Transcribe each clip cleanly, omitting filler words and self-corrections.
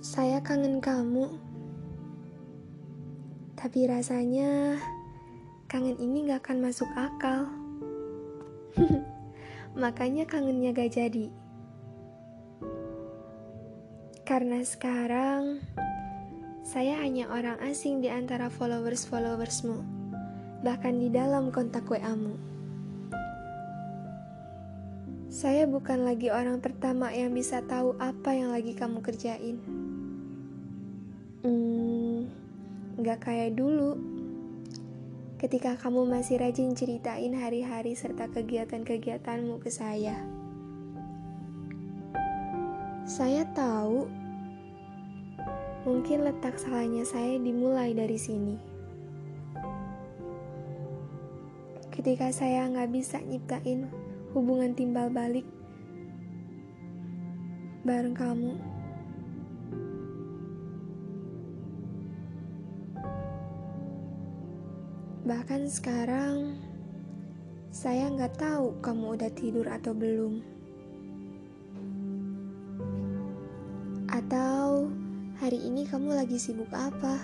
Saya kangen kamu, tapi rasanya kangen ini gak akan masuk akal. Makanya kangennya gak jadi. Karena sekarang saya hanya orang asing di antara followers-followersmu, bahkan di dalam kontak WA-mu. Saya bukan lagi orang pertama yang bisa tahu apa yang lagi kamu kerjain. Gak kayak dulu, ketika kamu masih rajin ceritain hari-hari serta kegiatan-kegiatanmu ke saya. Saya tahu, mungkin letak salahnya saya dimulai dari sini. Ketika saya gak bisa nyiptain hubungan timbal balik bareng kamu. Bahkan sekarang, saya gak tahu kamu udah tidur atau belum. Atau hari ini kamu lagi sibuk apa?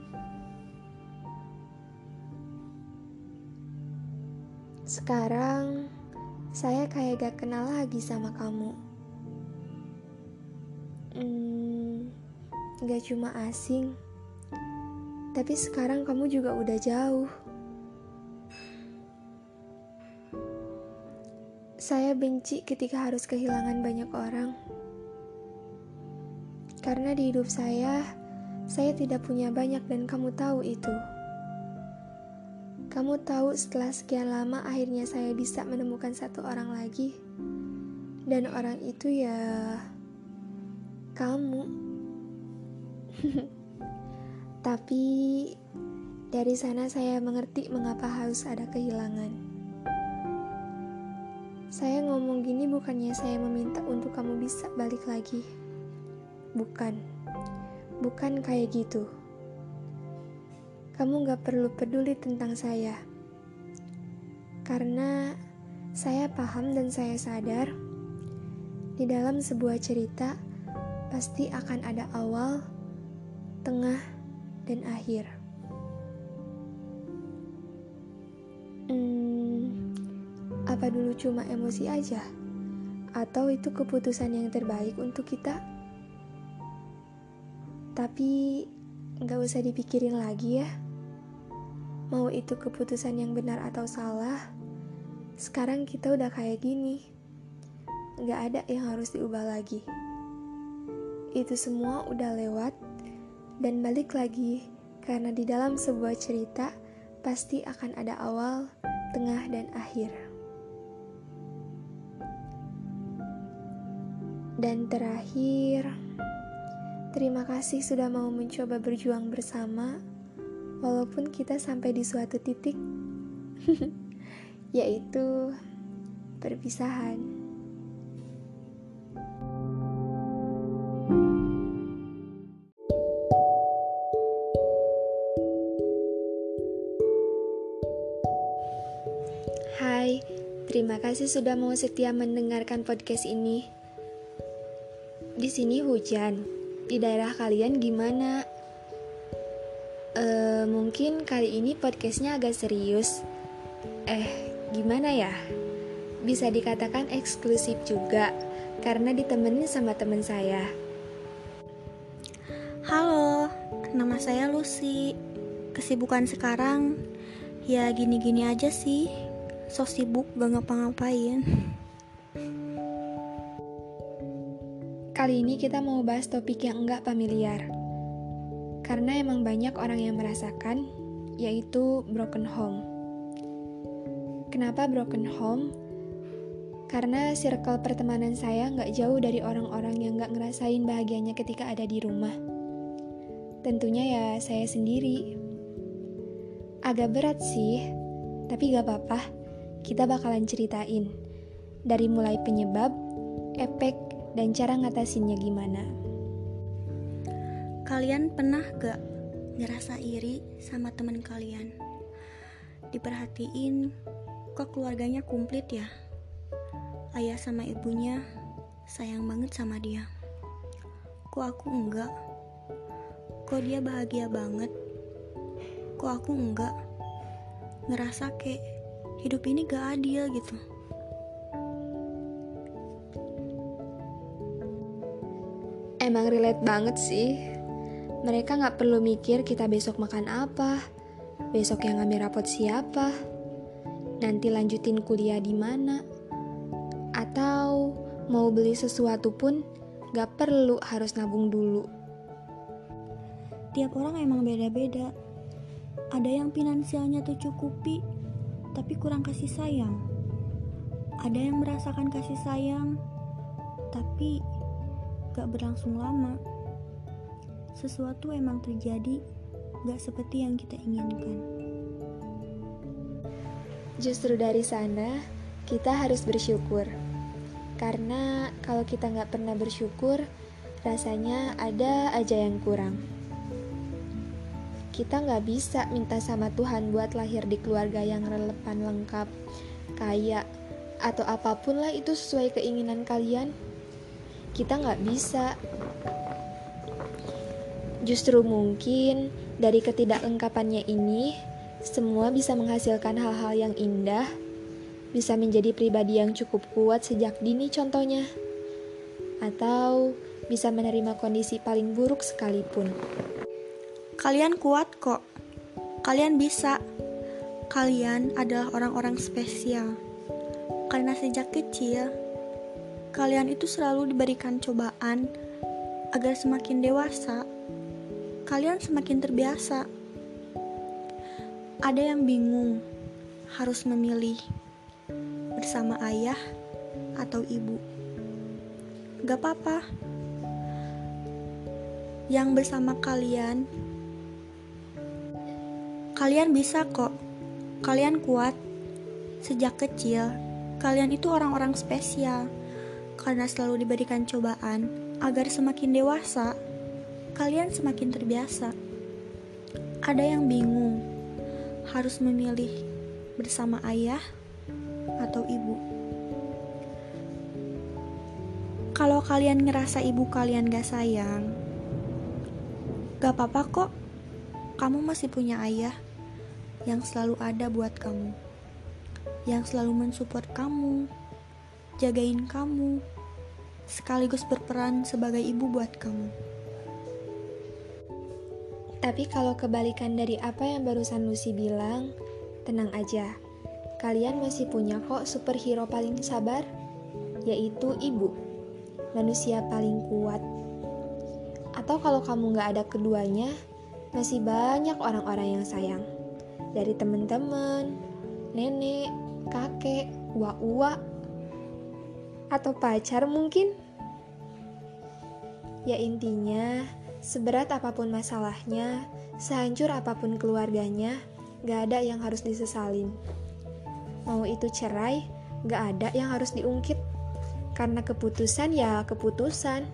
Sekarang, saya kayak gak kenal lagi sama kamu. Gak cuma asing, tapi sekarang kamu juga udah jauh. Saya benci ketika harus kehilangan banyak orang. Karena di hidup saya tidak punya banyak dan kamu tahu itu. Kamu tahu setelah sekian lama akhirnya saya bisa menemukan satu orang lagi. Dan orang itu ya kamu. Tapi dari sana saya mengerti mengapa harus ada kehilangan. Saya ngomong gini bukannya saya meminta untuk kamu bisa balik lagi. Bukan kayak gitu. Kamu gak perlu peduli tentang saya. Karena saya paham dan saya sadar, di dalam sebuah cerita pasti akan ada awal, tengah, dan akhir. Apa dulu cuma emosi aja? Atau itu keputusan yang terbaik untuk kita? Tapi gak usah dipikirin lagi ya. Mau itu keputusan yang benar atau salah, sekarang kita udah kayak gini. Gak ada yang harus diubah lagi. Itu semua udah lewat dan balik lagi, karena di dalam sebuah cerita pasti akan ada awal, tengah, dan akhir. Dan terakhir, terima kasih sudah mau mencoba berjuang bersama, walaupun kita sampai di suatu titik, yaitu perpisahan. Hai, terima kasih sudah mau setia mendengarkan podcast ini. Di sini hujan. Di daerah kalian gimana? Mungkin kali ini podcastnya agak serius. Gimana ya? Bisa dikatakan eksklusif juga, karena ditemenin sama teman saya. Halo, nama saya Lucy. Kesibukan sekarang ya gini-gini aja sih. So sibuk gak ngapa-ngapain. Kali ini kita mau bahas topik yang enggak familiar. Karena emang banyak orang yang merasakan, yaitu broken home. Kenapa broken home? Karena circle pertemanan saya enggak jauh dari orang-orang yang enggak ngerasain bahagianya ketika ada di rumah. Tentunya ya saya sendiri. Agak berat sih, tapi gak apa-apa. Kita bakalan ceritain. Dari mulai penyebab, efek, dan cara ngatasinnya gimana. Kalian pernah gak ngerasa iri sama teman kalian? Diperhatiin, kok keluarganya komplit ya? Ayah sama ibunya sayang banget sama dia. Kok aku enggak? Kok dia bahagia banget, kok aku enggak? Ngerasa kayak hidup ini gak adil gitu. Emang relate banget sih. Mereka gak perlu mikir kita besok makan apa, besok yang ngambil rapot siapa, nanti lanjutin kuliah di mana, atau mau beli sesuatu pun gak perlu harus nabung dulu. Tiap orang emang beda-beda. Ada yang finansialnya tercukupi, tapi kurang kasih sayang. Ada yang merasakan kasih sayang, tapi gak berlangsung lama. Sesuatu emang terjadi gak seperti yang kita inginkan. Justru dari sana, kita harus bersyukur. Karena kalau kita gak pernah bersyukur, rasanya ada aja yang kurang. Kita gak bisa minta sama Tuhan buat lahir di keluarga yang relevan, lengkap, kaya, atau apapun lah itu sesuai keinginan kalian. Kita gak bisa. Justru mungkin dari ketidaklengkapannya ini, semua bisa menghasilkan hal-hal yang indah, bisa menjadi pribadi yang cukup kuat sejak dini contohnya, atau bisa menerima kondisi paling buruk sekalipun. Kalian kuat kok. Kalian bisa. Kalian adalah orang-orang spesial. Karena sejak kecil, kalian itu selalu diberikan cobaan agar semakin dewasa, kalian semakin terbiasa. Ada yang bingung harus memilih bersama ayah atau ibu. Gak apa-apa. Yang bersama kalian bisa kok. Kalian kuat. Sejak kecil, kalian itu orang-orang spesial. Karena selalu diberikan cobaan agar semakin dewasa, kalian semakin terbiasa. Ada yang bingung harus memilih bersama ayah atau ibu. Kalau kalian ngerasa ibu kalian gak sayang, gak apa-apa kok. Kamu masih punya ayah yang selalu ada buat kamu, yang selalu mensupport kamu, jagain kamu, sekaligus berperan sebagai ibu buat kamu. Tapi kalau kebalikan dari apa yang barusan Lucy bilang, tenang aja. Kalian masih punya kok superhero paling sabar, yaitu ibu, manusia paling kuat. Atau kalau kamu gak ada keduanya, masih banyak orang-orang yang sayang. Dari teman-teman, nenek, kakek, uwa-uwa, atau pacar mungkin. Ya intinya, seberat apapun masalahnya, sehancur apapun keluarganya, gak ada yang harus disesalin. Mau itu cerai, gak ada yang harus diungkit. Karena keputusan ya keputusan.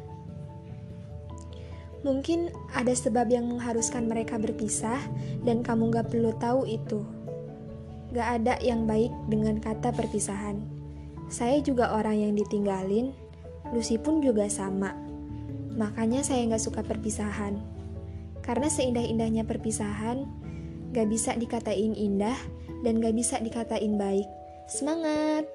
Mungkin ada sebab yang mengharuskan mereka berpisah dan kamu gak perlu tahu itu. Gak ada yang baik dengan kata perpisahan. Saya juga orang yang ditinggalin, Lucy pun juga sama. Makanya saya gak suka perpisahan. Karena seindah-indahnya perpisahan, gak bisa dikatain indah dan gak bisa dikatain baik. Semangat!